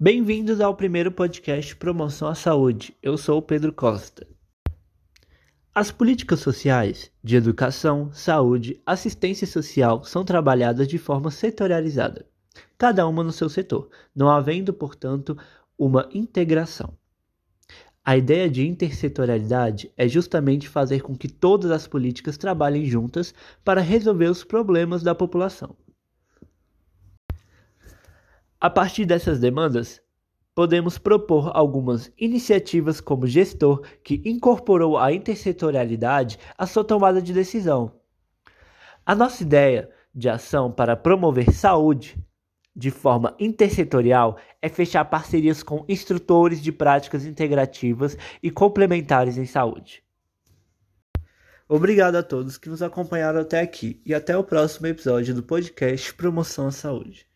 Bem-vindos ao primeiro podcast Promoção à Saúde. Eu sou o Pedro Costa. As políticas sociais de educação, saúde, assistência social são trabalhadas de forma setorializada, cada uma no seu setor, não havendo, portanto, uma integração. A ideia de intersetorialidade é justamente fazer com que todas as políticas trabalhem juntas para resolver os problemas da população. A partir dessas demandas, podemos propor algumas iniciativas como gestor que incorporou a intersetorialidade à sua tomada de decisão. A nossa ideia de ação para promover saúde de forma intersetorial é fechar parcerias com instrutores de práticas integrativas e complementares em saúde. Obrigado a todos que nos acompanharam até aqui e até o próximo episódio do podcast Promoção à Saúde.